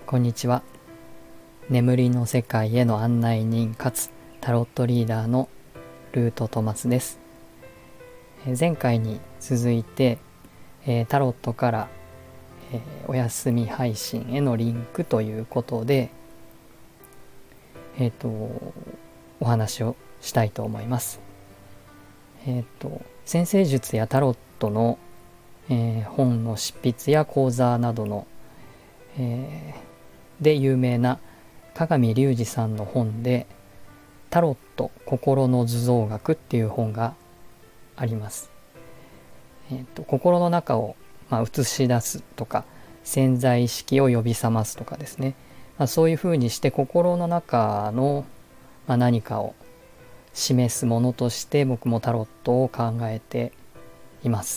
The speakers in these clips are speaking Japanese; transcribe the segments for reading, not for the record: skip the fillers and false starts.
こんにちは。眠りの世界への案内人かつタロットリーダーのルートトマスです。前回に続いてタロットからお休み配信へのリンクということでお話をしたいと思います。占星術やタロットの本の執筆や講座などので有名な加賀見隆二さんの本でタロット心の図像学っていう本があります。心の中を映し出すとか潜在意識を呼び覚ますとかですね、そういうふうにして心の中の何かを示すものとして僕もタロットを考えています。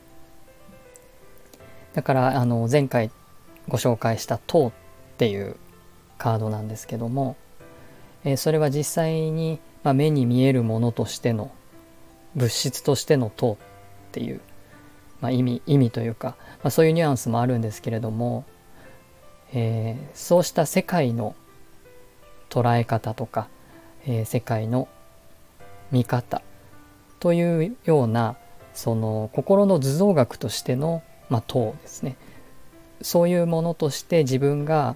だから前回ご紹介した塔っていうカードなんですけども、それは実際に目に見えるものとしての物質としての塔っていう、意味というか、そういうニュアンスもあるんですけれども、そうした世界の捉え方とか、世界の見方というようなその心の図像学としての、塔ですね。そういうものとして自分が、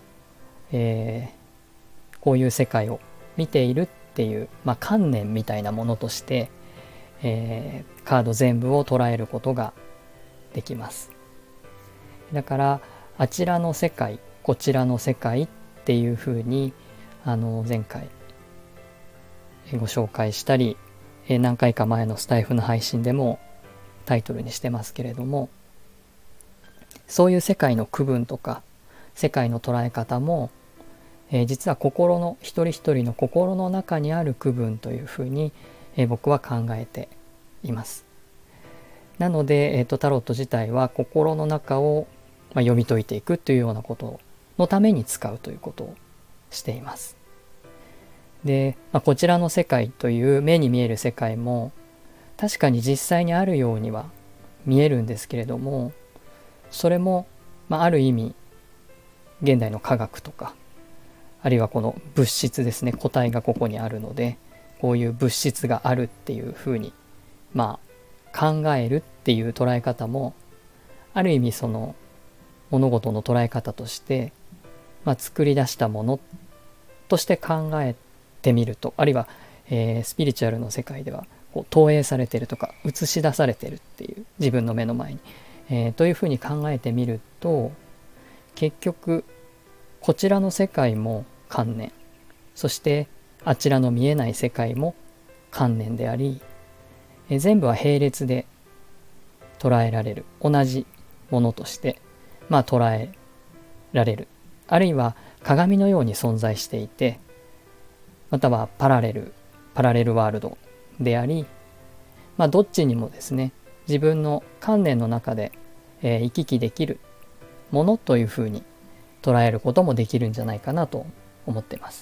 こういう世界を見ているっていう、観念みたいなものとして、カード全部を捉えることができます。だからあちらの世界こちらの世界っていうふうに前回ご紹介したり何回か前のスタイフの配信でもタイトルにしてますけれども、そういう世界の区分とか世界の捉え方も、実は心の一人一人の心の中にある区分というふうに、僕は考えています。なので、タロット自体は心の中を、読み解いていくというようなことのために使うということをしています。で、こちらの世界という目に見える世界も確かに実際にあるようには見えるんですけれども、それも、ある意味現代の科学とかあるいはこの物質ですね、個体がここにあるのでこういう物質があるっていうふうに考えるっていう捉え方もある意味その物事の捉え方として、作り出したものとして考えてみると、あるいは、スピリチュアルの世界ではこう投影されているとか映し出されているっていう自分の目の前に、というふうに考えてみると、結局こちらの世界も観念、そしてあちらの見えない世界も観念であり、全部は並列で捉えられる、同じものとして捉えられる、あるいは鏡のように存在していて、またはパラレルワールドであり、どっちにもですね、自分の観念の中で、行き来できるものというふうに捉えることもできるんじゃないかなと思っています。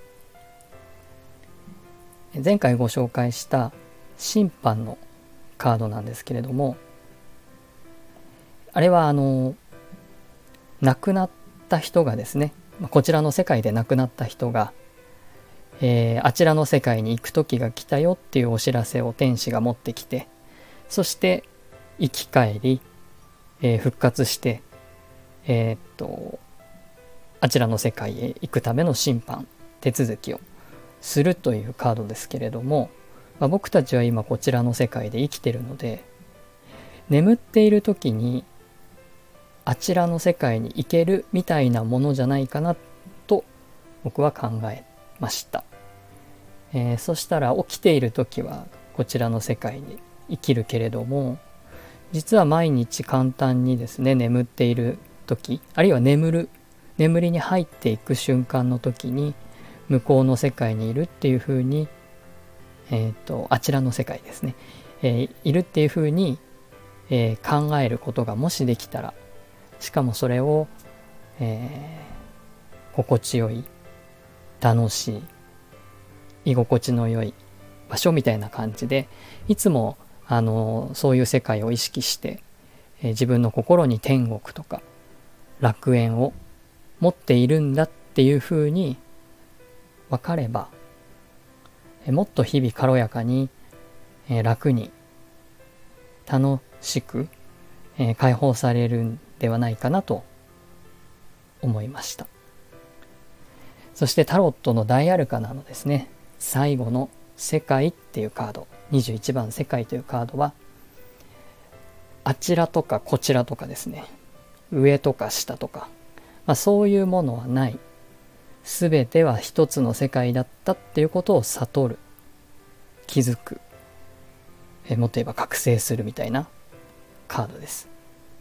前回ご紹介した審判のカードなんですけれども、あれは亡くなった人がですね、こちらの世界で亡くなった人が、あちらの世界に行く時が来たよっていうお知らせを天使が持ってきて、そして生き返り、復活して、あちらの世界へ行くための審判手続きをするというカードですけれども、僕たちは今こちらの世界で生きているので、眠っている時にあちらの世界に行けるみたいなものじゃないかなと僕は考えました。そしたら起きている時はこちらの世界に生きるけれども、実は毎日簡単にですね、眠っている時、あるいは眠りに入っていく瞬間の時に向こうの世界にいるっていうふうに、あちらの世界ですね、いるっていうふうに、考えることがもしできたら、しかもそれを、心地よい、楽しい、居心地の良い場所みたいな感じで、いつもそういう世界を意識して、自分の心に天国とか楽園を持っているんだっていうふうに分かれば、もっと日々軽やかに、楽に楽しく、解放されるんではないかなと思いました。そしてタロットの大アルカナのですね、最後の世界っていうカード、21番世界というカードは、あちらとかこちらとかですね、上とか下とか、そういうものはない。すべては一つの世界だったっていうことを悟る。気づく。もっと言えば覚醒するみたいなカードです。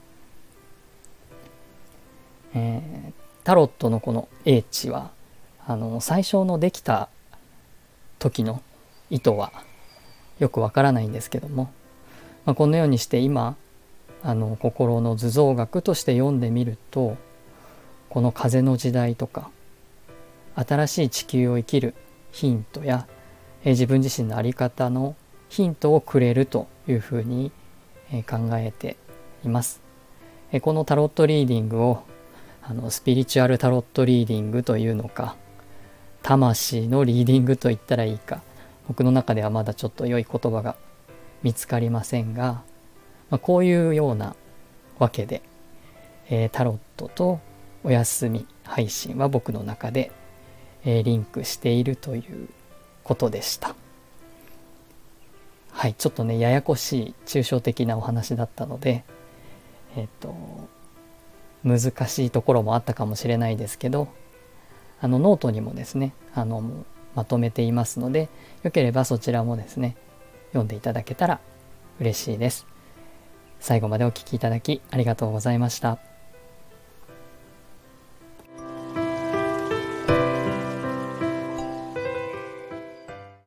タロットのこの英知は、最初のできた時の意図はよくわからないんですけども、このようにして今心の図像学として読んでみると、この風の時代とか新しい地球を生きるヒントや、自分自身の在り方のヒントをくれるというふうに考えています。このタロットリーディングをスピリチュアルタロットリーディングというのか、魂のリーディングと言ったらいいか、僕の中ではまだちょっと良い言葉が見つかりませんが、こういうようなわけで、タロットとお休み配信は僕の中で、リンクしているということでした。はい、ちょっとねややこしい抽象的なお話だったので、難しいところもあったかもしれないですけど、ノートにもですねまとめていますので、よければそちらもですね読んでいただけたら嬉しいです。最後までお聞きいただきありがとうございました。